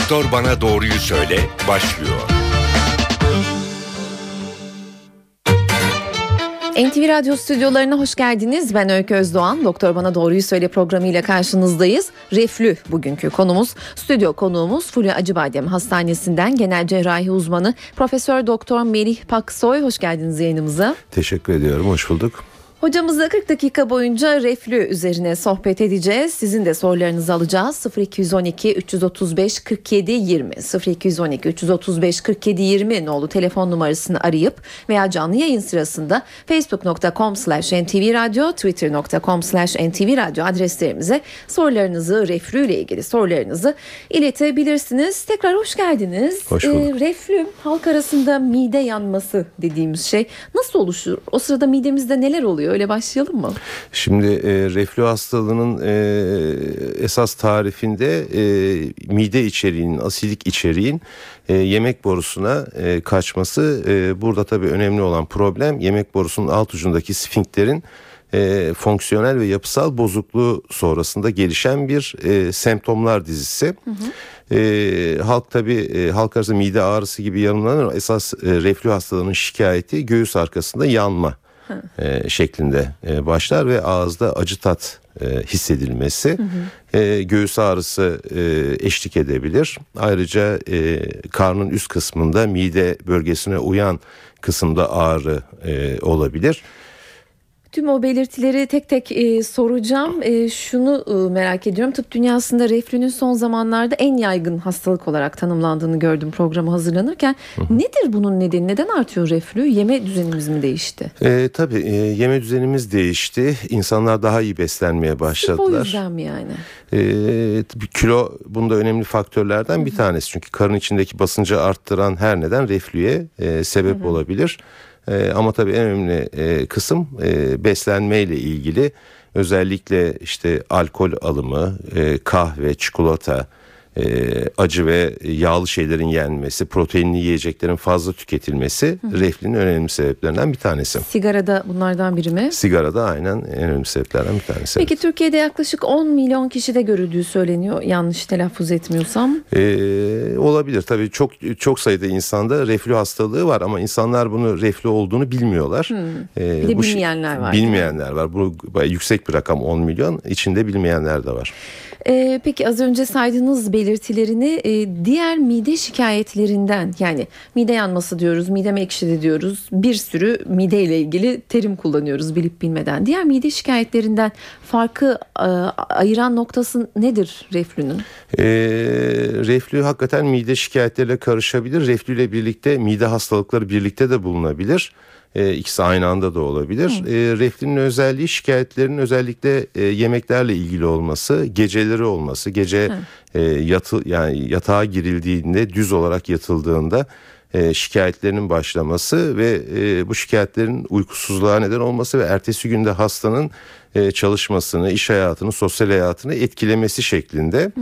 Doktor Bana Doğruyu Söyle başlıyor. NTV Radyo stüdyolarına hoş geldiniz. Ben Öykü Özdoğan. Doktor Bana Doğruyu Söyle programıyla karşınızdayız. Reflü bugünkü konumuz. Stüdyo konuğumuz Fulya Acıbadem Hastanesi'nden genel cerrahi uzmanı Profesör Doktor Melih Paksoy. Hoş geldiniz yayınımıza. Teşekkür ediyorum. Hoş bulduk. Hocamızla 40 dakika boyunca reflü üzerine sohbet edeceğiz. Sizin de sorularınızı alacağız. 0212 335 47 20 0212 335 47 20 nolu telefon numarasını arayıp veya canlı yayın sırasında facebook.com/ntvradio, twitter.com/ntvradio adreslerimize sorularınızı, reflü ile ilgili sorularınızı iletebilirsiniz. Tekrar hoş geldiniz. Hoş bulduk. Reflü halk arasında mide yanması dediğimiz şey nasıl oluşur? O sırada midemizde neler oluyor? Öyle başlayalım mı? Şimdi reflü hastalığının esas tarifinde mide içeriğinin, asidik içeriğin yemek borusuna kaçması. Burada tabii önemli olan problem yemek borusunun alt ucundaki sfinkterin fonksiyonel ve yapısal bozukluğu sonrasında gelişen bir semptomlar dizisi. Halk arasında mide ağrısı gibi yanılanır. Esas reflü hastalığının şikayeti göğüs arkasında yanma şeklinde başlar ve ağızda acı tat hissedilmesi, göğüs ağrısı eşlik edebilir. Ayrıca karnın üst kısmında mide bölgesine uyan kısımda ağrı olabilir. Tüm o belirtileri tek tek soracağım. Şunu merak ediyorum. Tıp dünyasında reflünün son zamanlarda en yaygın hastalık olarak tanımlandığını gördüm programı hazırlanırken. Nedir bunun nedeni? Neden artıyor reflü? Yeme düzenimiz mi değişti? Tabii yeme düzenimiz değişti. İnsanlar daha iyi beslenmeye başladılar. Sırf o yüzden mi yani? Kilo bunda önemli faktörlerden bir tanesi. Çünkü karın içindeki basıncı arttıran her neden reflüye sebep olabilir. Ama tabii en önemli kısım beslenmeyle ilgili. Özellikle işte alkol alımı, kahve, çikolata, acı ve yağlı şeylerin yenmesi, proteinli yiyeceklerin fazla tüketilmesi reflünün önemli sebeplerinden bir tanesi. Sigara da bunlardan biri mi? Sigara da aynen en önemli sebeplerden bir tanesi. Peki Türkiye'de yaklaşık 10 milyon kişide görüldüğü söyleniyor. Yanlış telaffuz etmiyorsam. Olabilir. Tabii çok sayıda insanda reflü hastalığı var ama insanlar bunu reflü olduğunu bilmiyorlar. Bir de bilmeyenler var. Bilmeyenler var. Bu yüksek bir rakam 10 milyon. İçinde bilmeyenler de var. Peki az önce saydığınız belirtilerini diğer mide şikayetlerinden, yani mide yanması diyoruz, midem ekşidi diyoruz, bir sürü mide ile ilgili terim kullanıyoruz bilip bilmeden. Diğer mide şikayetlerinden farkı ayıran noktası nedir reflünün? Reflü hakikaten mide şikayetleriyle karışabilir. Reflü ile birlikte mide hastalıkları birlikte de bulunabilir. İkisi aynı anda da olabilir. Reflünün özelliği şikayetlerin özellikle yemeklerle ilgili olması, geceleri olması, gece yani yatağa girildiğinde, düz olarak yatıldığında şikayetlerinin başlaması ve bu şikayetlerin uykusuzluğa neden olması ve ertesi günde hastanın çalışmasını, iş hayatını, sosyal hayatını etkilemesi şeklinde.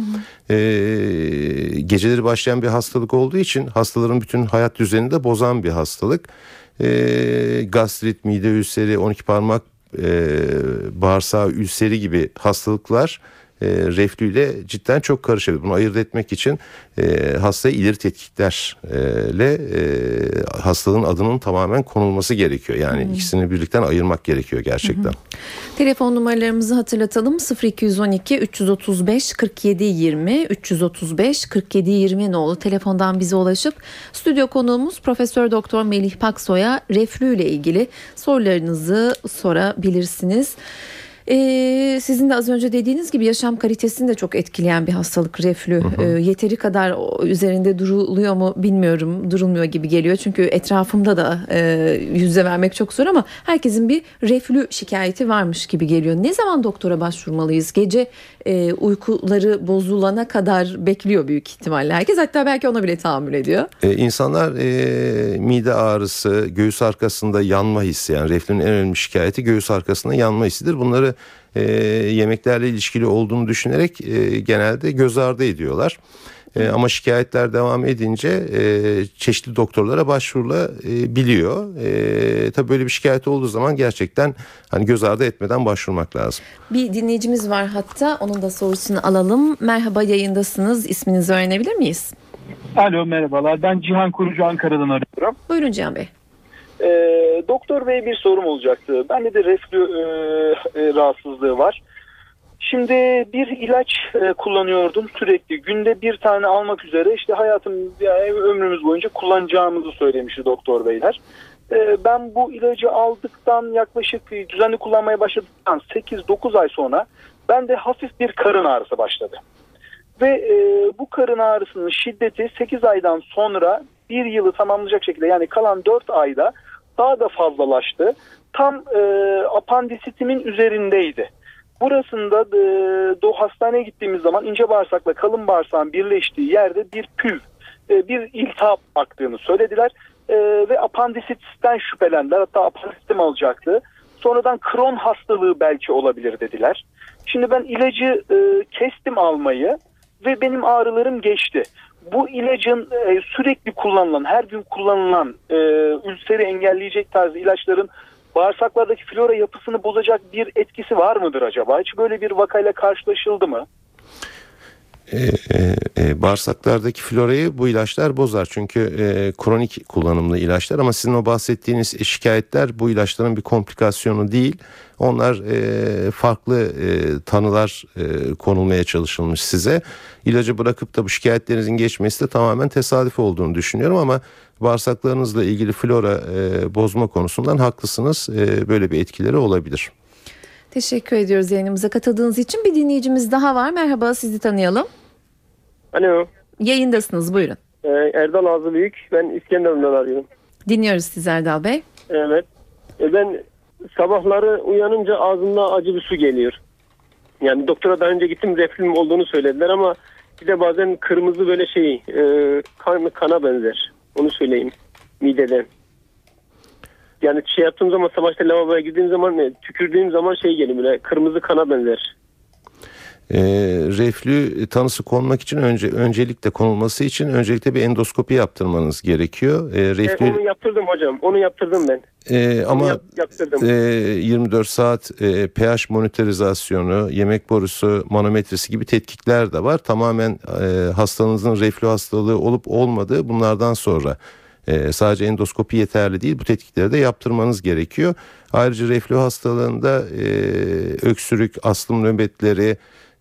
Geceleri başlayan bir hastalık olduğu için hastaların bütün hayat düzenini de bozan bir hastalık. Gastrit, mide ülseri, 12 parmak bağırsağı ülseri gibi hastalıklar reflüyle cidden çok karışabilir. Bunu ayırt etmek için hastaya ileri tetkiklerle hastalığın adının tamamen konulması gerekiyor. Yani ikisini birlikten ayırmak gerekiyor gerçekten. Telefon numaralarımızı hatırlatalım. 0212 335 47 20 335 47 20 nolu telefondan bize ulaşıp stüdyo konuğumuz Profesör Doktor Melih Paksoy'a reflü ile ilgili sorularınızı sorabilirsiniz. Sizin de az önce dediğiniz gibi yaşam kalitesini de çok etkileyen bir hastalık reflü. Yeteri kadar üzerinde duruluyor mu bilmiyorum. Durulmuyor gibi geliyor. Çünkü etrafımda da yüzde vermek çok zor ama herkesin bir reflü şikayeti varmış gibi geliyor. Ne zaman doktora başvurmalıyız? Gece uykuları bozulana kadar bekliyor büyük ihtimalle herkes. Hatta belki ona bile tahammül ediyor. İnsanlar mide ağrısı, göğüs arkasında yanma hissi, yani reflünün en önemli şikayeti göğüs arkasında yanma hissidir. Bunları yemeklerle ilişkili olduğunu düşünerek genelde göz ardı ediyorlar. Ama şikayetler devam edince çeşitli doktorlara başvurulabiliyor. Tabii böyle bir şikayet olduğu zaman gerçekten hani göz ardı etmeden başvurmak lazım. Bir dinleyicimiz var hatta, onun da sorusunu alalım. Merhaba, yayındasınız. İsminizi öğrenebilir miyiz? Alo, merhabalar. Ben Cihan Kurucu, Ankara'dan arıyorum. Buyurun Cihan Bey. Doktor Bey, bir sorum olacaktı. Bende de reflü rahatsızlığı var. Şimdi bir ilaç kullanıyordum sürekli. Günde bir tane almak üzere işte ömrümüz boyunca kullanacağımızı söylemişti doktor beyler. Ben bu ilacı aldıktan yaklaşık düzenli kullanmaya başladıktan 8-9 ay sonra bende hafif bir karın ağrısı başladı. Ve bu karın ağrısının şiddeti 8 aydan sonra bir yılı tamamlayacak şekilde, yani kalan 4 ayda daha da fazlalaştı. Tam apandisitimin üzerindeydi. Burasında hastaneye gittiğimiz zaman ince bağırsakla kalın bağırsağın birleştiği yerde bir püv, bir iltihap aktığını söylediler. Ve apandisitten şüphelendiler. Hatta apandisitim alacaktı. Sonradan Crohn hastalığı belki olabilir dediler. Şimdi ben ilacı kestim almayı ve benim ağrılarım geçti. Bu ilacın sürekli kullanılan, her gün kullanılan ülseri engelleyecek tarzı ilaçların bağırsaklardaki flora yapısını bozacak bir etkisi var mıdır acaba? Hiç böyle bir vakayla karşılaşıldı mı? Bağırsaklardaki florayı bu ilaçlar bozar. Çünkü kronik kullanımlı ilaçlar, ama sizin o bahsettiğiniz şikayetler bu ilaçların bir komplikasyonu değil. Onlar farklı tanılar konulmaya çalışılmış size. İlacı bırakıp da bu şikayetlerinizin geçmesi de tamamen tesadüf olduğunu düşünüyorum, ama bağırsaklarınızla ilgili flora bozma konusundan haklısınız. Böyle bir etkileri olabilir. Teşekkür ediyoruz yayınımıza katıldığınız için. Bir dinleyicimiz daha var. Merhaba, sizi tanıyalım. Alo. Yayındasınız, buyurun. Erdal Ağzıbüyük. Ben İskenderun'dan arıyorum. Dinliyoruz sizi Erdal Bey. Evet. Ben sabahları uyanınca ağzımda acı bir su geliyor. Yani doktora daha önce gittim, reflüm olduğunu söylediler, ama bir de bazen kırmızı böyle kana benzer. Onu söyleyeyim, mideden. Yani yaptığım zaman, sabah işte lavaboya girdiğim zaman, tükürdüğüm zaman geliyor, böyle kırmızı kana benzer. Reflü tanısı konmak için öncelikle konulması için öncelikle bir endoskopi yaptırmanız gerekiyor. Onu yaptırdım hocam. Onu yaptırdım ben. Ama yaptırdım. 24 saat pH monitorizasyonu, yemek borusu manometresi gibi tetkikler de var. Tamamen hastanızın reflü hastalığı olup olmadığı bunlardan sonra sadece endoskopi yeterli değil. Bu tetkikleri de yaptırmanız gerekiyor. Ayrıca reflü hastalığında öksürük, astım nöbetleri,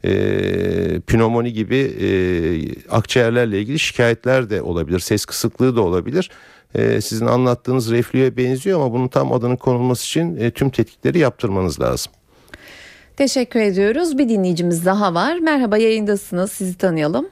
pnömoni gibi akciğerlerle ilgili şikayetler de olabilir. Ses kısıklığı da olabilir. Sizin anlattığınız reflüye benziyor, ama bunun tam adının konulması için tüm tetkikleri yaptırmanız lazım. Teşekkür ediyoruz. Bir dinleyicimiz daha var. Merhaba, yayındasınız. Sizi tanıyalım.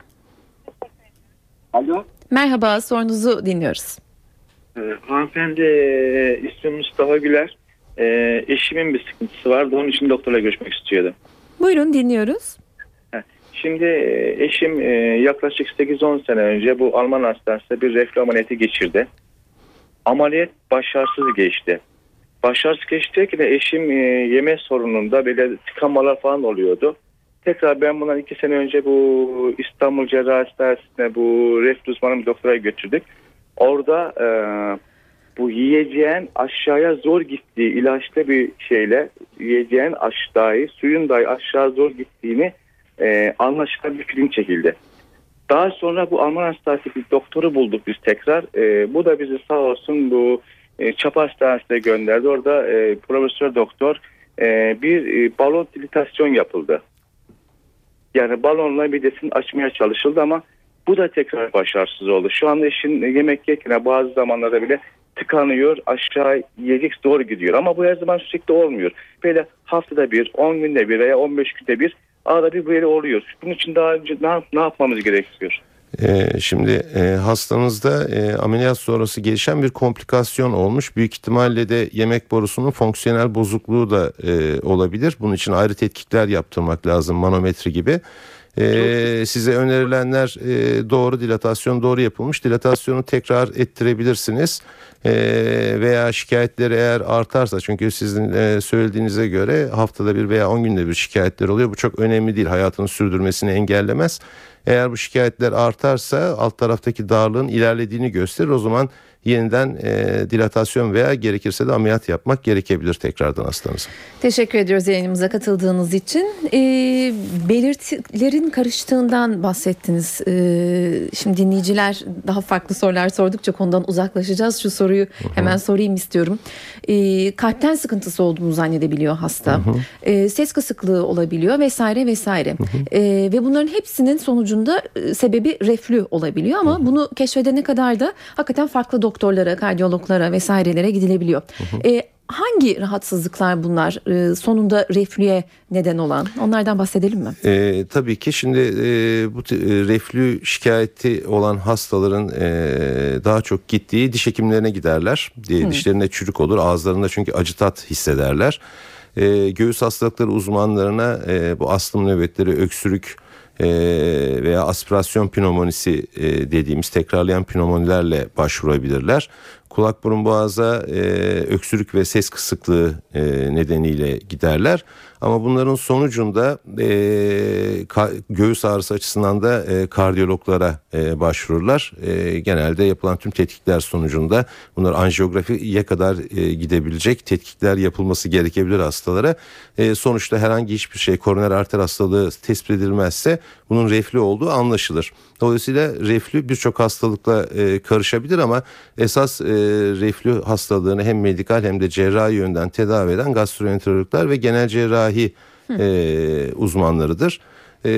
Alo. Merhaba, sorunuzu dinliyoruz. Hanımefendi, ismim Mustafa Güler. Eşimin bir sıkıntısı vardı. Onun için doktorla görüşmek istiyordum. Buyurun, dinliyoruz. Şimdi eşim yaklaşık 8-10 sene önce bu Alman hastanesinde bir reflü ameliyatı geçirdi. Ameliyat başarısız geçti. Başarısız geçti ki de eşim yeme sorununda böyle tıkanmalar falan oluyordu. Tekrar ben bundan 2 sene önce bu İstanbul Cerrahi Hastanesi'ne bu reflü uzmanı bir doktora götürdük. Orada bu yiyeceğin aşağıya zor gittiği ilaçlı bir şeyle yiyeceğin aşağıya, suyun dahi aşağı zor gittiğini anlaşılan bir film çekildi. Daha sonra bu Alman hastanesi bir doktoru bulduk biz tekrar. Bu da bizi sağ olsun bu Çapa Hastanesi'ne gönderdi. Orada profesör doktor bir balon dilatasyon yapıldı. Yani balonla midesini açmaya çalışıldı, ama bu da tekrar başarısız oldu. Şu anda eşin yemek yerken bazı zamanlarda bile tıkanıyor, aşağı yiyecek zor gidiyor. Ama bu her zaman sürekli olmuyor. Böyle haftada bir, 10 günde bir veya 15 günde bir arada bir böyle oluyor. Bunun için daha önce ne yapmamız gerekiyor? Şimdi hastanızda ameliyat sonrası gelişen bir komplikasyon olmuş. Büyük ihtimalle de yemek borusunun fonksiyonel bozukluğu da olabilir. Bunun için ayrı tetkikler yaptırmak lazım, manometre gibi. Size önerilenler doğru, dilatasyon doğru yapılmış. Dilatasyonu tekrar ettirebilirsiniz. Veya şikayetleri eğer artarsa, çünkü sizin söylediğinize göre haftada bir veya 10 günde bir şikayetler oluyor. Bu çok önemli değil. Hayatını sürdürmesini engellemez. Eğer bu şikayetler artarsa alt taraftaki darlığın ilerlediğini gösterir. O zaman yeniden dilatasyon veya gerekirse de ameliyat yapmak gerekebilir tekrardan hastanıza. Teşekkür ediyoruz yayınımıza katıldığınız için. Belirtilerin karıştığından bahsettiniz. Şimdi dinleyiciler daha farklı sorular sordukça konudan uzaklaşacağız. Şu soruyu hemen sorayım istiyorum. Kalpten sıkıntısı olduğunu zannedebiliyor hasta. Ses kısıklığı olabiliyor vesaire vesaire. Ve bunların hepsinin sonucunda sebebi reflü olabiliyor ama bunu keşfedene kadar da hakikaten farklı doktorlara, kardiyologlara vesairelere gidilebiliyor. Hangi rahatsızlıklar bunlar sonunda reflüye neden olan? Onlardan bahsedelim mi? Tabii ki şimdi bu reflü şikayeti olan hastaların daha çok gittiği diş hekimlerine giderler. Dişlerinde çürük olur, ağızlarında çünkü acı tat hissederler. Göğüs hastalıkları uzmanlarına bu astım nöbetleri, öksürük veya aspirasyon pnömonisi dediğimiz tekrarlayan pnömonilerle başvurabilirler. Kulak burun boğaza öksürük ve ses kısıklığı nedeniyle giderler. Ama bunların sonucunda göğüs ağrısı açısından da kardiyologlara başvururlar. Genelde yapılan tüm tetkikler sonucunda bunlar anjiyografiye kadar gidebilecek tetkikler yapılması gerekebilir hastalara. Sonuçta herhangi hiçbir şey, koroner arter hastalığı tespit edilmezse bunun reflü olduğu anlaşılır. Dolayısıyla reflü birçok hastalıkla karışabilir ama esas reflü hastalığını hem medikal hem de cerrahi yönden tedavi eden gastroenterologlar ve genel cerrahi uzmanlarıdır.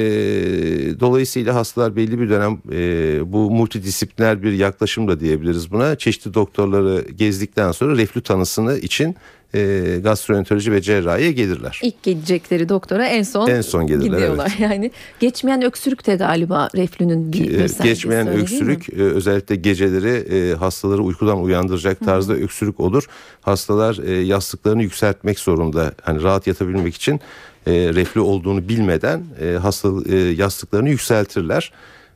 Dolayısıyla hastalar belli bir dönem bu multidisipliner bir yaklaşım da diyebiliriz buna. Çeşitli doktorları gezdikten sonra reflü tanısını için gastroenteroloji ve cerrahiye gelirler. İlk gelecekleri doktora en son gelirler, gidiyorlar. Evet. Yani geçmeyen öksürük de galiba reflünün bir göstergesi. Geçmeyen öksürük özellikle geceleri hastaları uykudan uyandıracak tarzda öksürük olur. Hastalar yastıklarını yükseltmek zorunda. Hani rahat yatabilmek için reflü olduğunu bilmeden yastıklarını yükseltirler.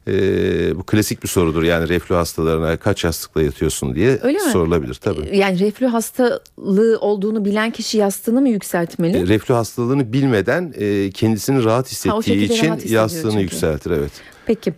Bu klasik bir sorudur, yani reflü hastalarına kaç yastıkla yatıyorsun diye sorulabilir tabii. Yani reflü hastalığı olduğunu bilen kişi yastığını mı yükseltmeli? Reflü hastalığını bilmeden kendisini rahat hissettiği için yastığını yükseltir, evet. Peki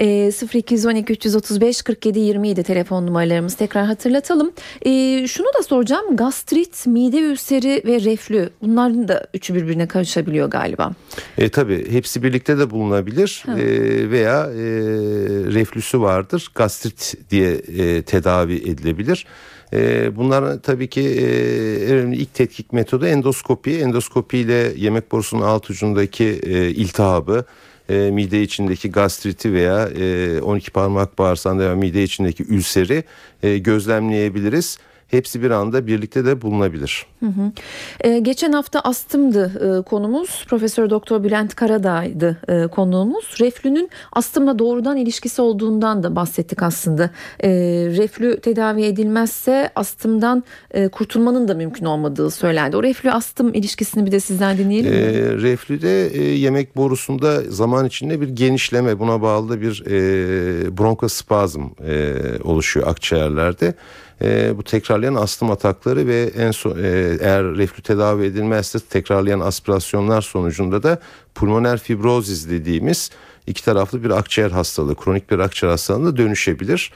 0212 335 47 20 idi telefon numaralarımız, tekrar hatırlatalım. Şunu da soracağım, gastrit, mide ülseri ve reflü, bunların da üçü birbirine karışabiliyor galiba. Tabii hepsi birlikte de bulunabilir veya reflüsü vardır, gastrit diye tedavi edilebilir. Bunlar tabii ki önemli ilk tetkik metodu endoskopi. Endoskopi ile yemek borusunun alt ucundaki iltihabı, mide içindeki gastriti veya 12 parmak bağırsağında veya mide içindeki ülseri gözlemleyebiliriz. Hepsi bir anda birlikte de bulunabilir. Geçen hafta astımdı konumuz. Profesör Doktor Bülent Karadağ'ydı konuğumuz. Reflünün astımla doğrudan ilişkisi olduğundan da bahsettik aslında. Reflü tedavi edilmezse astımdan kurtulmanın da mümkün olmadığı söylendi. O reflü astım ilişkisini bir de sizden dinleyelim mi? Reflüde yemek borusunda zaman içinde bir genişleme, buna bağlı da bir bronkospazm oluşuyor akciğerlerde. Bu tekrarlayan astım atakları ve en son eğer reflü tedavi edilmezse tekrarlayan aspirasyonlar sonucunda da pulmoner fibrozis dediğimiz iki taraflı bir akciğer hastalığı, kronik bir akciğer hastalığına dönüşebilir.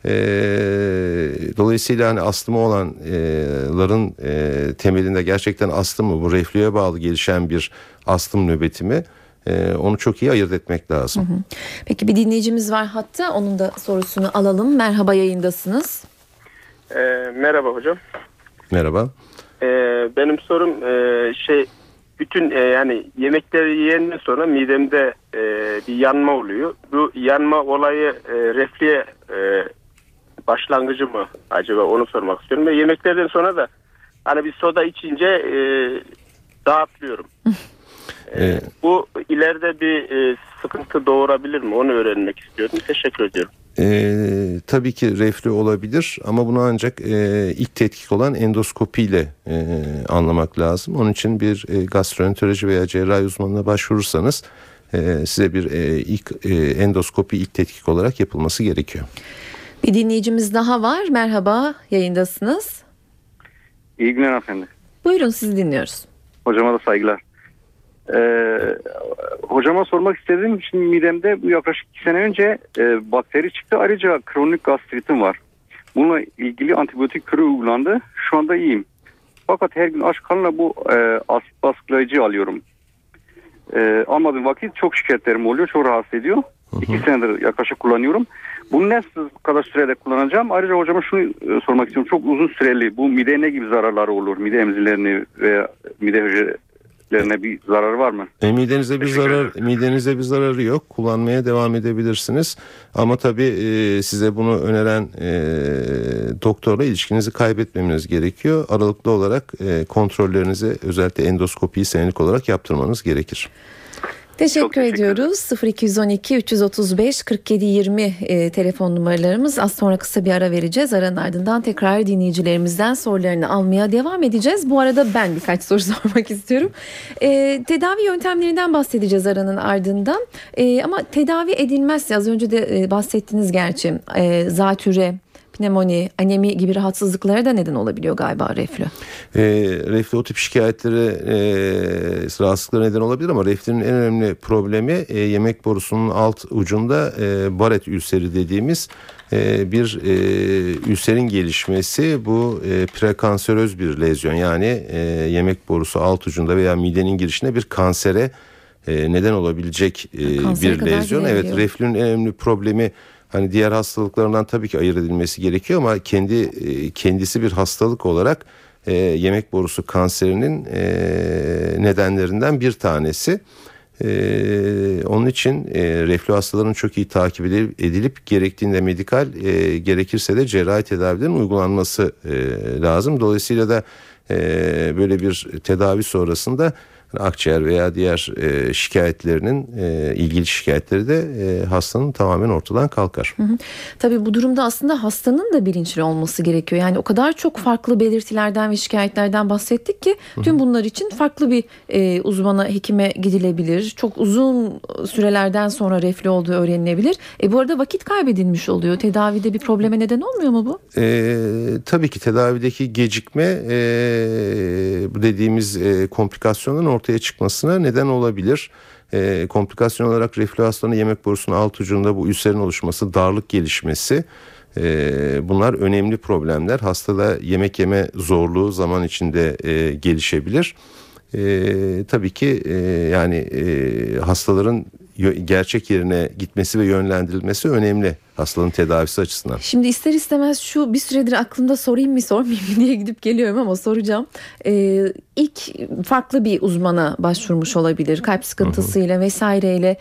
Dolayısıyla hani astımı olanların temelinde gerçekten astım mı, bu reflüye bağlı gelişen bir astım nöbeti mi? Onu çok iyi ayırt etmek lazım. Peki bir dinleyicimiz var hatta, onun da sorusunu alalım. Merhaba, yayındasınız. Merhaba hocam. Merhaba. Benim sorum bütün yani yemekleri yiyenden sonra midemde bir yanma oluyor. Bu yanma olayı reflüye başlangıcı mı acaba, onu sormak istiyorum. Ve yemeklerden sonra da hani bir soda içince dağıtlıyorum. Bu ileride bir sıkıntı doğurabilir mi? Onu öğrenmek istiyordum. Teşekkür ediyorum. Tabii ki reflü olabilir ama bunu ancak ilk tetkik olan endoskopiyle anlamak lazım. Onun için bir gastroenteroloji veya cerrahi uzmanına başvurursanız size bir endoskopi ilk tetkik olarak yapılması gerekiyor. Bir dinleyicimiz daha var. Merhaba, yayındasınız. İyi günler hanımefendi. Buyurun, sizi dinliyoruz. Hocama da saygılar. Hocama sormak istediğim, şimdi midemde bu yaklaşık 2 sene önce bakteri çıktı. Ayrıca kronik gastritim var. Bununla ilgili antibiyotik kürü uygulandı. Şu anda iyiyim. Fakat her gün aç karnına bu asit baskılayıcı alıyorum. Almadığım vakit çok şikayetlerim oluyor. Çok rahatsız ediyor. 2 senedir yaklaşık kullanıyorum. Bunu ne kadar sürede kullanacağım? Ayrıca hocama şunu sormak istiyorum. Çok uzun süreli bu mideye ne gibi zararları olur? Mide emzilerini veya mide hücrelerine bir zararı var mı? Midenize bir zararı yok. Kullanmaya devam edebilirsiniz. Ama tabii size bunu öneren doktorla ilişkinizi kaybetmemeniz gerekiyor. Aralıklı olarak kontrollerinizi, özellikle endoskopiyi senelik olarak yaptırmanız gerekir. Teşekkür ediyoruz. 0212 335 47 20 telefon numaralarımız. Az sonra kısa bir ara vereceğiz. Aranın ardından tekrar dinleyicilerimizden sorularını almaya devam edeceğiz. Bu arada ben birkaç soru sormak istiyorum. Tedavi yöntemlerinden bahsedeceğiz aranın ardından. Ama tedavi edilmezse, az önce de bahsettiniz gerçi, zatüre, pnömoni, anemi gibi rahatsızlıklara da neden olabiliyor galiba reflü. Reflü o tip şikayetlere, rahatsızlıklara neden olabilir ama reflünün en önemli problemi yemek borusunun alt ucunda Barrett ülseri dediğimiz bir ülserin gelişmesi. Bu prekanseröz bir lezyon, yani yemek borusu alt ucunda veya midenin girişine bir kansere neden olabilecek bir lezyon. Evet, reflünün en önemli problemi, hani diğer hastalıklarından tabii ki ayırt edilmesi gerekiyor ama kendisi bir hastalık olarak yemek borusu kanserinin nedenlerinden bir tanesi. Onun için reflü hastalarının çok iyi takip edilip gerektiğinde medikal, gerekirse de cerrahi tedavilerin uygulanması lazım. Dolayısıyla da böyle bir tedavi sonrasında akciğer veya diğer şikayetlerinin, ilgili şikayetleri de hastanın tamamen ortadan kalkar. Tabii bu durumda aslında hastanın da bilinçli olması gerekiyor. Yani o kadar çok farklı belirtilerden ve şikayetlerden bahsettik ki tüm bunlar için farklı bir uzmana, hekime gidilebilir. Çok uzun sürelerden sonra reflü olduğu öğrenilebilir. Bu arada vakit kaybedilmiş oluyor. Tedavide bir probleme neden olmuyor mu bu? Tabii ki tedavideki gecikme bu dediğimiz komplikasyonların ortaya çıkmasına neden olabilir. Komplikasyon olarak reflü hastalarının yemek borusunun alt ucunda bu ülserin oluşması, darlık gelişmesi, bunlar önemli problemler. Hastada yemek yeme zorluğu zaman içinde gelişebilir. Tabii ki yani hastaların gerçek yerine gitmesi ve yönlendirilmesi önemli hastalığın tedavisi açısından. Şimdi ister istemez şu bir süredir aklımda sorayım mı sormayayım mı diye gidip geliyorum ama soracağım. İlk farklı bir uzmana başvurmuş olabilir, kalp sıkıntısıyla vesaireyle.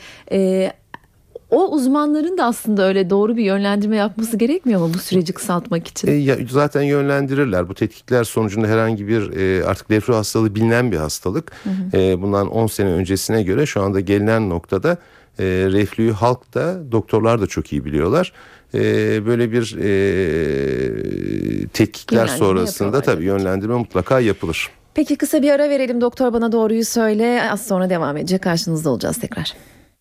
O uzmanların da aslında öyle doğru bir yönlendirme yapması gerekmiyor mu bu süreci kısaltmak için? Zaten yönlendirirler. Bu tetkikler sonucunda herhangi bir artık reflü hastalığı bilinen bir hastalık. Bundan 10 sene öncesine göre şu anda gelinen noktada reflüyü halk da, doktorlar da çok iyi biliyorlar. Böyle bir tetkikler sonrasında tabii yönlendirme mutlaka yapılır. Peki kısa bir ara verelim. Doktor Bana Doğruyu Söyle. Az sonra devam edecek. Karşınızda olacağız tekrar.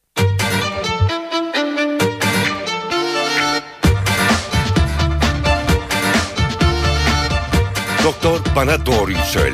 Doktor Bana Doğruyu Söyle.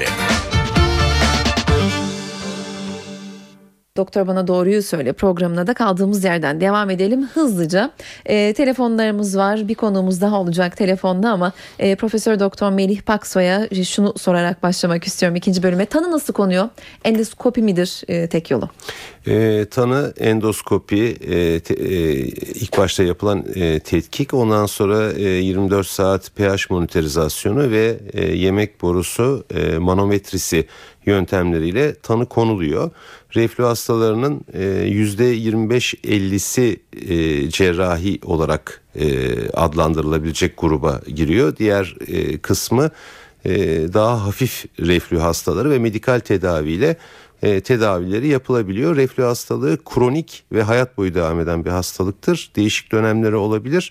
Doktor Bana Doğruyu Söyle programına da kaldığımız yerden devam edelim hızlıca. Telefonlarımız var. Bir konuğumuz daha olacak telefonda ama Profesör Doktor Melih Paksoy'a şunu sorarak başlamak istiyorum ikinci bölüme. Tanı nasıl konuyor? Endoskopi midir tek yolu? Tanı endoskopi, ilk başta yapılan tetkik, ondan sonra 24 saat pH monitorizasyonu ve yemek borusu manometrisi yöntemleriyle tanı konuluyor. Reflü hastalarının %25-50'si cerrahi olarak adlandırılabilecek gruba giriyor. Diğer kısmı daha hafif reflü hastaları ve medikal tedaviyle tedavileri yapılabiliyor. Reflü hastalığı kronik ve hayat boyu devam eden bir hastalıktır. Değişik dönemleri olabilir.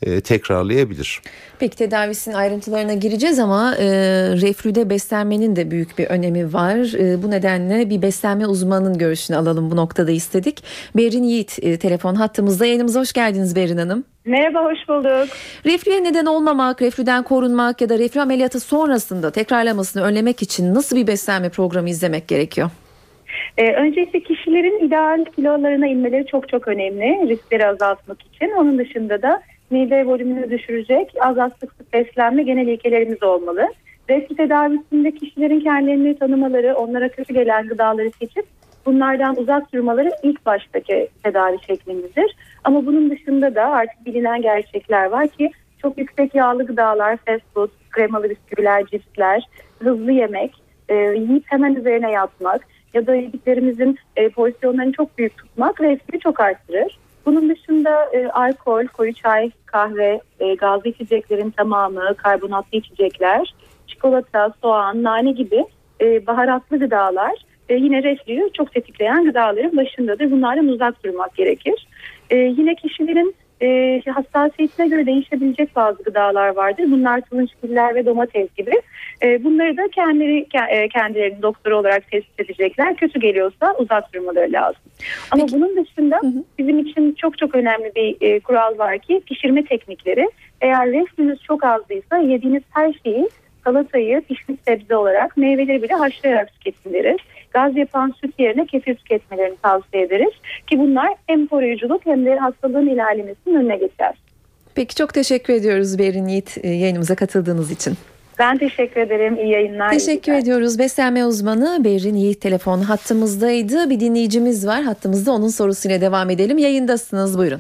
tekrarlayabilir. Peki tedavisinin ayrıntılarına gireceğiz ama reflüde beslenmenin de büyük bir önemi var. Bu nedenle bir beslenme uzmanının görüşünü alalım bu noktada istedik. Berin Yiğit telefon hattımızda. Yayınımıza hoş geldiniz Berin Hanım. Merhaba, hoş bulduk. Reflüye neden olmamak, reflüden korunmak ya da reflü ameliyatı sonrasında tekrarlamasını önlemek için nasıl bir beslenme programı izlemek gerekiyor? Öncelikle kişilerin ideal kilolarına inmeleri çok önemli riskleri azaltmak için. Onun dışında da mide volümünü düşürecek az sık beslenme genel ilkelerimiz olmalı. Reflü tedavisinde kişilerin kendilerini tanımaları, onlara kötü gelen gıdaları seçip bunlardan uzak durmaları ilk baştaki tedavi şeklimizdir. Ama bunun dışında da artık bilinen gerçekler var ki çok yüksek yağlı gıdalar, fast food, kremalı bisküviler, cipsler, hızlı yemek, yiyip hemen üzerine yatmak ya da yediklerimizin porsiyonlarını çok büyük tutmak reflüyü çok arttırır. Bunun dışında alkol, koyu çay, kahve, gazlı içeceklerin tamamı, karbonatlı içecekler, çikolata, soğan, nane gibi baharatlı gıdalar yine reflüyü çok tetikleyen gıdaların başındadır. Bunlardan uzak durmak gerekir. Yine kişilerin hassasiyetine göre değişebilecek bazı gıdalar vardır. Bunlar turunçgiller ve domates gibi. Bunları da kendilerini doktor olarak tespit edecekler. Kötü geliyorsa uzak durmaları lazım. Ama bunun dışında bizim için çok önemli bir kural var ki pişirme teknikleri. Eğer reflünüz çok azlıysa yediğiniz her şeyi, salatayı pişmiş sebze olarak, meyveleri bile haşlayarak tüketin deriz. Gaz yapan süt yerine kefir tüketmelerini tavsiye ederiz ki bunlar hem koruyuculuk hem de hastalığın ilerlemesinin önüne geçer. Peki çok teşekkür ediyoruz Berin Yiğit yayınımıza katıldığınız için. Ben teşekkür ederim. İyi yayınlar. Teşekkür ediyoruz. Beslenme uzmanı Berin Yiğit telefon hattımızdaydı. Bir dinleyicimiz var hattımızda, onun sorusuyla devam edelim. Yayındasınız, buyurun.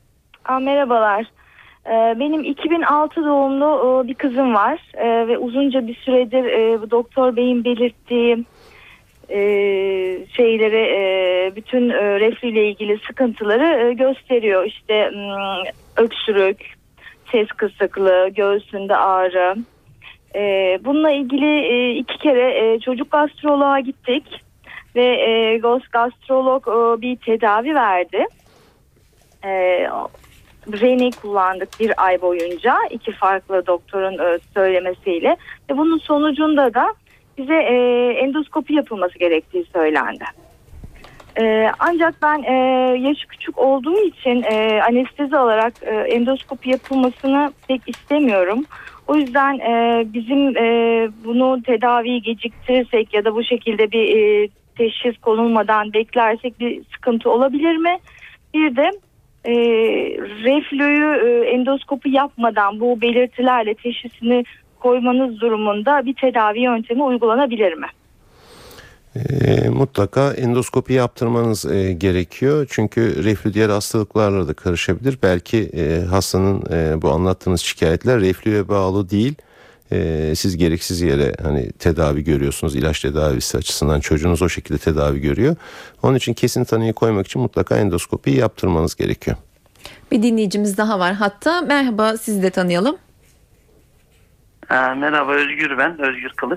Merhabalar. Benim 2006 doğumlu bir kızım var ve uzunca bir süredir doktor beyin belirttiği bütün reflü ile ilgili sıkıntıları gösteriyor. İşte öksürük, ses kısıklığı, göğsünde ağrı. Bununla ilgili 2 kere çocuk gastroloğa gittik ve gastrolog bir tedavi verdi. Reni kullandık 1 ay boyunca 2 farklı doktorun söylemesiyle ve bunun sonucunda da bize endoskopi yapılması gerektiği söylendi. Ancak ben yaşı küçük olduğum için anestezi alarak endoskopi yapılmasını pek istemiyorum. O yüzden bizim bunu tedaviyi geciktirirsek ya da bu şekilde bir teşhis konulmadan beklersek bir sıkıntı olabilir mi? Bir de reflüyü endoskopi yapmadan bu belirtilerle teşhisini koymanız durumunda bir tedavi yöntemi uygulanabilir mi? Mutlaka endoskopi yaptırmanız gerekiyor. Çünkü reflü diğer hastalıklarla da karışabilir. Belki hastanın bu anlattığınız şikayetler reflüye bağlı değil. Siz gereksiz yere tedavi görüyorsunuz. İlaç tedavisi açısından çocuğunuz o şekilde tedavi görüyor. Onun için kesin tanıyı koymak için mutlaka endoskopiyi yaptırmanız gerekiyor. Bir dinleyicimiz daha var hatta. Merhaba, sizi de tanıyalım. Merhaba, Özgür ben. Özgür Kılıç.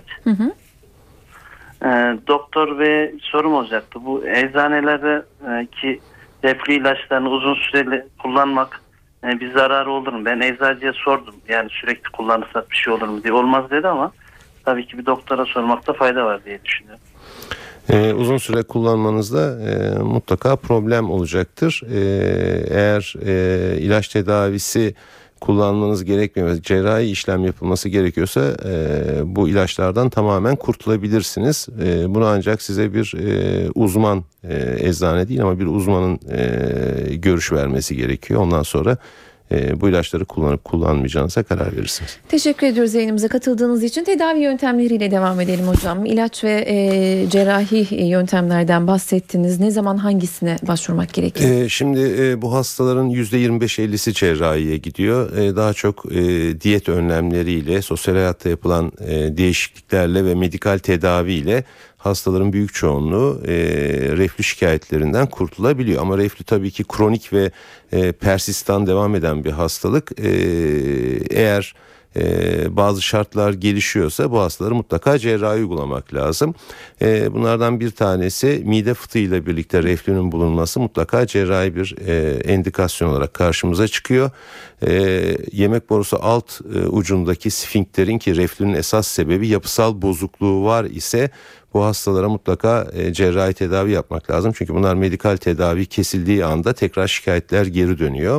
Doktor ve sorum olacaktı. Bu eczanelerde ki reflü ilaçlarını uzun süreli kullanmak bir zararı olur mu? Ben eczacıya sordum. Yani sürekli kullanırsak bir şey olur mu diye. Olmaz dedi ama tabii ki bir doktora sormakta fayda var diye düşünüyorum. Uzun süre kullanmanızda mutlaka problem olacaktır. Eğer ilaç tedavisi kullanmanız gerekmiyor ve cerrahi işlem yapılması gerekiyorsa bu ilaçlardan tamamen kurtulabilirsiniz. Bunu ancak size bir uzman, eczane değil ama bir uzmanın görüş vermesi gerekiyor. Ondan sonra bu ilaçları kullanıp kullanmayacağınıza karar verirsiniz. Teşekkür ediyoruz yayınımıza katıldığınız için. Tedavi yöntemleriyle devam edelim hocam. İlaç ve cerrahi yöntemlerden bahsettiniz. Ne zaman hangisine başvurmak gerekiyor? Şimdi bu hastaların %25-50'si cerrahiye gidiyor. Daha çok diyet önlemleriyle, sosyal hayatta yapılan değişikliklerle ve medikal tedaviyle hastaların büyük çoğunluğu reflü şikayetlerinden kurtulabiliyor. Ama reflü tabii ki kronik ve persistan devam eden bir hastalık. Eğer bazı şartlar gelişiyorsa bu hastaları mutlaka cerrahi uygulamak lazım. Bunlardan bir tanesi mide fıtığıyla birlikte reflünün bulunması mutlaka cerrahi bir endikasyon olarak karşımıza çıkıyor. Yemek borusu alt ucundaki sfinkterin, ki reflünün esas sebebi yapısal bozukluğu var ise bu hastalara mutlaka cerrahi tedavi yapmak lazım. Çünkü bunlar medikal tedavi kesildiği anda tekrar şikayetler geri dönüyor.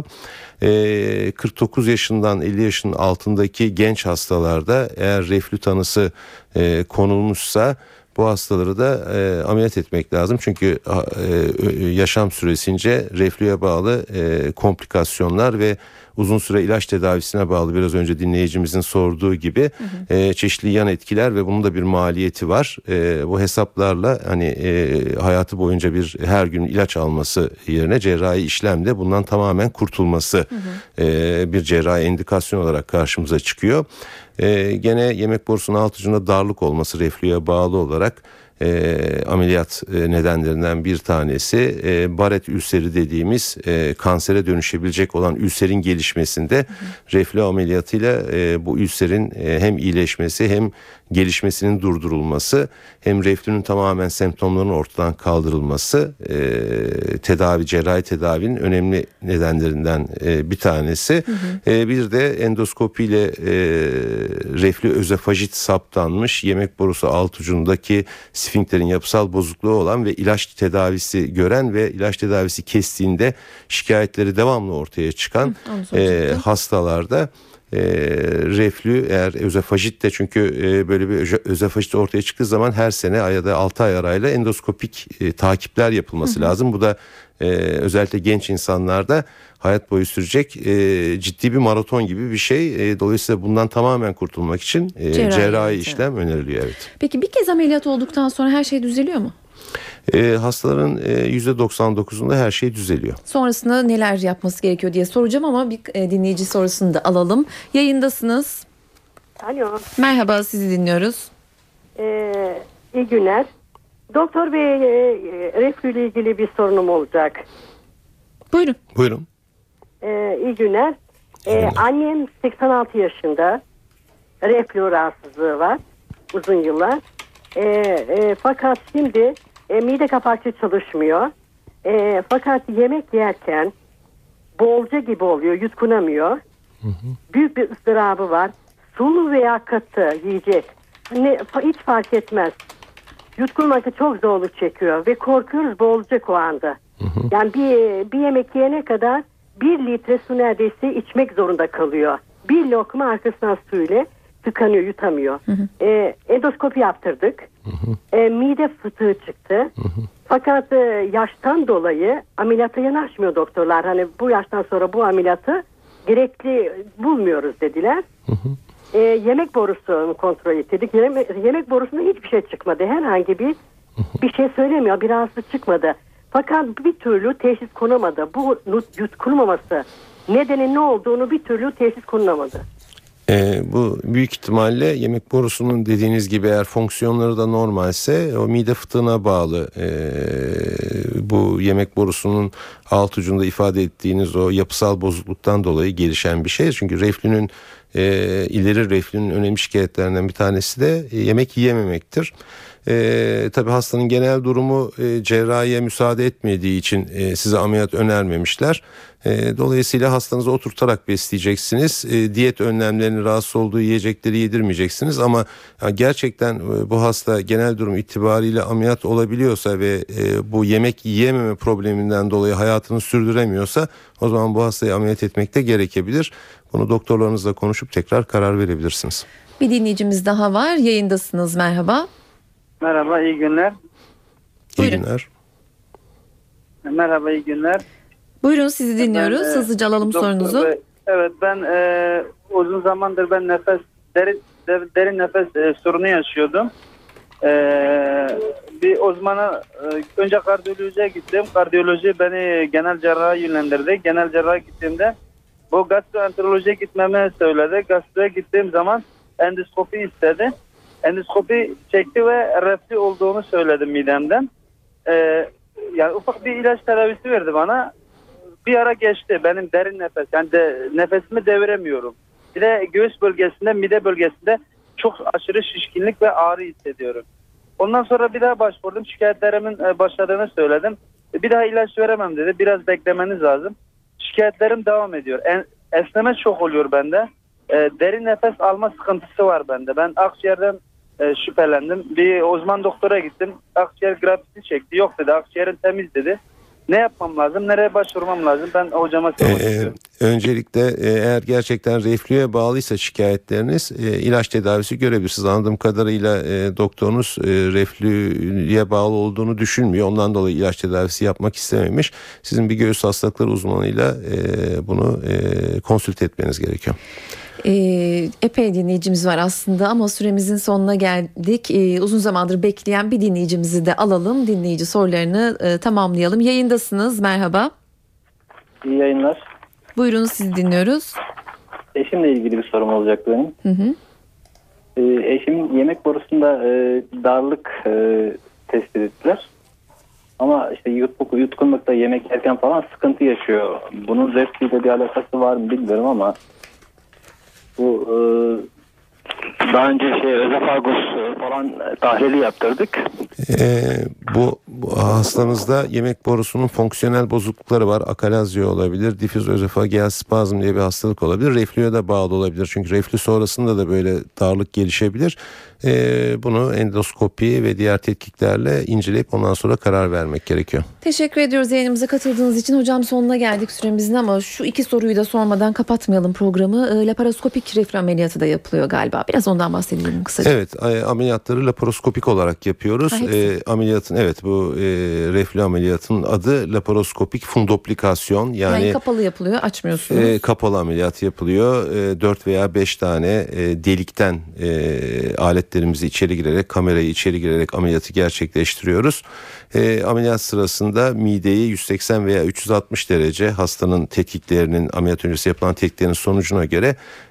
49 yaşından 50 yaşın altındaki genç hastalarda eğer reflü tanısı konulmuşsa bu hastaları da ameliyat etmek lazım. Çünkü yaşam süresince reflüye bağlı komplikasyonlar ve uzun süre ilaç tedavisine bağlı, biraz önce dinleyicimizin sorduğu gibi çeşitli yan etkiler ve bunun da bir maliyeti var. Bu hesaplarla hani hayatı boyunca her gün ilaç alması yerine cerrahi işlemle bundan tamamen kurtulması bir cerrahi endikasyon olarak karşımıza çıkıyor. Gene yemek borusunun alt ucunda darlık olması reflüye bağlı olarak ameliyat nedenlerinden bir tanesi. Barrett ülseri dediğimiz kansere dönüşebilecek olan ülserin gelişmesinde reflü ameliyatıyla bu ülserin hem iyileşmesi hem gelişmesinin durdurulması hem reflünün tamamen semptomlarının ortadan kaldırılması cerrahi tedavinin önemli nedenlerinden bir tanesi. Bir de endoskopiyle reflü özofajit saptanmış yemek borusu alt ucundaki sfinkterin yapısal bozukluğu olan ve ilaç tedavisi gören ve ilaç tedavisi kestiğinde şikayetleri devamlı ortaya çıkan hastalarda reflü, eğer özofajit de, çünkü böyle bir özofajit ortaya çıktığı zaman her sene ya da 6 ay arayla endoskopik takipler yapılması lazım. Bu da özellikle genç insanlarda hayat boyu sürecek ciddi bir maraton gibi bir şey. Dolayısıyla bundan tamamen kurtulmak için cerrahi işlem öneriliyor. Evet. Peki bir kez ameliyat olduktan sonra her şey düzeliyor mu? Hastaların %99'unda her şey düzeliyor. Sonrasında neler yapması gerekiyor diye soracağım ama bir dinleyici sorusunu da alalım. Yayındasınız. Alo. Merhaba, sizi dinliyoruz. İyi günler. Doktor Bey, reflü ile ilgili bir sorunum olacak. Buyurun. Buyurun. İyi günler. Annem 86 yaşında. Reflü rahatsızlığı var. Uzun yıllar. Fakat şimdi mide kapakçığı çalışmıyor. Fakat yemek yerken bolca gibi oluyor. Yutkunamıyor. Büyük bir ıstırabı var. Sulu veya katı yiyecek. Hiç fark etmez. Yutkunmakta çok zorluk çekiyor ve korkuyoruz boğulacak o anda. Yani bir yemek yiyene kadar 1 litre su neredeyse içmek zorunda kalıyor. Bir lokma arkasından suyla tıkanıyor, yutamıyor. Endoskopi yaptırdık. Mide fıtığı çıktı. Fakat yaştan dolayı ameliyata yanaşmıyor doktorlar. Hani bu yaştan sonra bu ameliyatı gerekli bulmuyoruz dediler. Yemek borusunu kontrol ettik. Yemek borusunda hiçbir şey çıkmadı. Herhangi bir şey söylemiyor. Bir rahatsızlık çıkmadı. Fakat bir türlü teşhis konamadı. Bu yutkunmaması nedeni ne olduğunu bir türlü teşhis konulamadı. Bu büyük ihtimalle yemek borusunun, dediğiniz gibi, eğer fonksiyonları da normalse o mide fıtığına bağlı. Bu yemek borusunun alt ucunda ifade ettiğiniz o yapısal bozukluktan dolayı gelişen bir şey. Çünkü reflünün ileri reflünün önemli şikayetlerinden bir tanesi de yemek yiyememektir. Tabii hastanın genel durumu cerrahiye müsaade etmediği için size ameliyat önermemişler. Dolayısıyla hastanızı oturtarak besleyeceksiniz. Diyet önlemlerini, rahatsız olduğu yiyecekleri yedirmeyeceksiniz. Ama gerçekten bu hasta genel durum itibariyle ameliyat olabiliyorsa ve bu yemek yiyememe probleminden dolayı hayatını sürdüremiyorsa, o zaman bu hastayı ameliyat etmek de gerekebilir. Bunu doktorlarınızla konuşup tekrar karar verebilirsiniz. Bir dinleyicimiz daha var. Yayındasınız. Merhaba. Merhaba, iyi günler. İyi günler. Merhaba, iyi günler. Buyurun, sizi dinliyoruz. Hızlıca alalım sorunuzu. Evet, ben uzun zamandır derin nefes sorunu yaşıyordum. Bir uzmana önce kardiyolojiye gittim. Kardiyoloji beni genel cerraha yönlendirdi. Genel cerraha gittiğimde bu gastroenterolojiye gitmemi söyledi. Gastroya gittiğim zaman endoskopi istedi. Endoskopi çekti ve reflü olduğunu söyledi midemden. Yani ufak bir ilaç tedavisi verdi bana. Bir ara geçti benim derin nefes. Yani nefesimi deviremiyorum. Bir de göğüs bölgesinde, mide bölgesinde çok aşırı şişkinlik ve ağrı hissediyorum. Ondan sonra bir daha başvurdum. Şikayetlerimin başladığını söyledim. Bir daha ilaç veremem dedi. Biraz beklemeniz lazım. Şikayetlerim devam ediyor. Esneme çok oluyor bende. Derin nefes alma sıkıntısı var bende. Ben akciğerden şüphelendim. Bir uzman doktora gittim. Akciğer grafisi çekti. Yok dedi. Akciğerin temiz dedi. Ne yapmam lazım? Nereye başvurmam lazım? Ben hocama sormak istiyorum. Öncelikle eğer gerçekten reflüye bağlıysa şikayetleriniz ilaç tedavisi görebilirsiniz. Anladığım kadarıyla doktorunuz reflüye bağlı olduğunu düşünmüyor. Ondan dolayı ilaç tedavisi yapmak istememiş. Sizin bir göğüs hastalıkları uzmanıyla bunu konsült etmeniz gerekiyor. Epey dinleyicimiz var aslında ama süremizin sonuna geldik. Uzun zamandır bekleyen bir dinleyicimizi de alalım. Dinleyici sorularını tamamlayalım. Yayındasınız. Merhaba. İyi yayınlar. Buyurun, sizi dinliyoruz. Eşimle ilgili bir sorum olacaktı benim. Hı hı. Eşim yemek borusunda darlık tespit ettiler. Ama işte yutkunlukta yemek yerken falan sıkıntı yaşıyor. Bunun reflüyle bir alakası var mı bilmiyorum ama bu daha önce özofagus falan tahlili yaptırdık. Bu hastanızda yemek borusunun fonksiyonel bozuklukları var. Akalazya olabilir, difüz özofageal spazm diye bir hastalık olabilir. Reflüye de bağlı olabilir. Çünkü reflü sonrasında da böyle darlık gelişebilir. Bunu endoskopi ve diğer tetkiklerle inceleyip ondan sonra karar vermek gerekiyor. Teşekkür ediyoruz yayınımıza katıldığınız için. Hocam sonuna geldik süremizin ama şu iki soruyu da sormadan kapatmayalım programı. Laparoskopik reflü ameliyatı da yapılıyor galiba. Biraz ondan bahsedelim kısaca. Evet, ameliyatları laparoskopik olarak yapıyoruz. Ameliyatın bu reflü ameliyatının adı laparoskopik fundoplikasyon. Yani kapalı yapılıyor, açmıyorsunuz. Kapalı ameliyat yapılıyor. 4 veya 5 tane delikten aletlerimizi içeri girerek, kamerayı içeri girerek ameliyatı gerçekleştiriyoruz. Ameliyat sırasında mideyi 180 veya 360 derece hastanın tetkiklerinin, ameliyat öncesi yapılan tetkiklerin sonucuna göre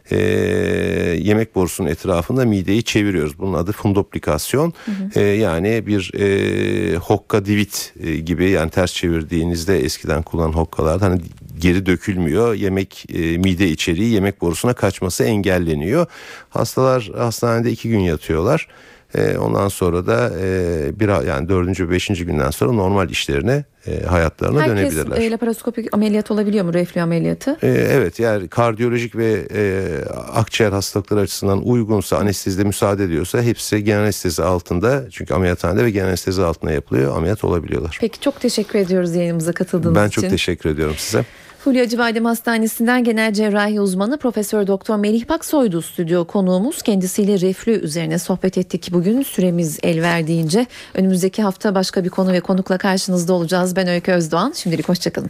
yemek borusunun etrafında mideyi çeviriyoruz. Bunun adı fundoplikasyon. Yani bir hokka divit gibi, yani ters çevirdiğinizde eskiden kullanılan hokkalar hani geri dökülmüyor. Mide içeriği yemek borusuna kaçması engelleniyor. Hastalar hastanede 2 gün yatıyorlar. Ondan sonra da 4. ve 5. günden sonra normal işlerine, hayatlarına dönebilirler. Herkes laparoskopik ameliyat olabiliyor mu, reflü ameliyatı? Evet, yani kardiyolojik ve akciğer hastalıkları açısından uygunsa, anestezide müsaade ediyorsa hepsi genel anestezi altında, çünkü ameliyathanede ve genel anestezi altında yapılıyor, ameliyat olabiliyorlar. Peki, çok teşekkür ediyoruz yayınımıza katıldığınız için. Ben çok teşekkür ediyorum size. Fulya Acıbadem Hastanesi'nden genel cerrahi uzmanı Profesör Doktor Melih Baksoy'du stüdyo konuğumuz. Kendisiyle reflü üzerine sohbet ettik bugün, süremiz el verdiğince. Önümüzdeki hafta başka bir konu ve konukla karşınızda olacağız. Ben Öykü Özdoğan. Şimdilik hoşçakalın.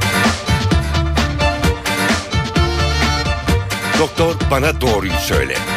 Doktor bana doğruyu söyle.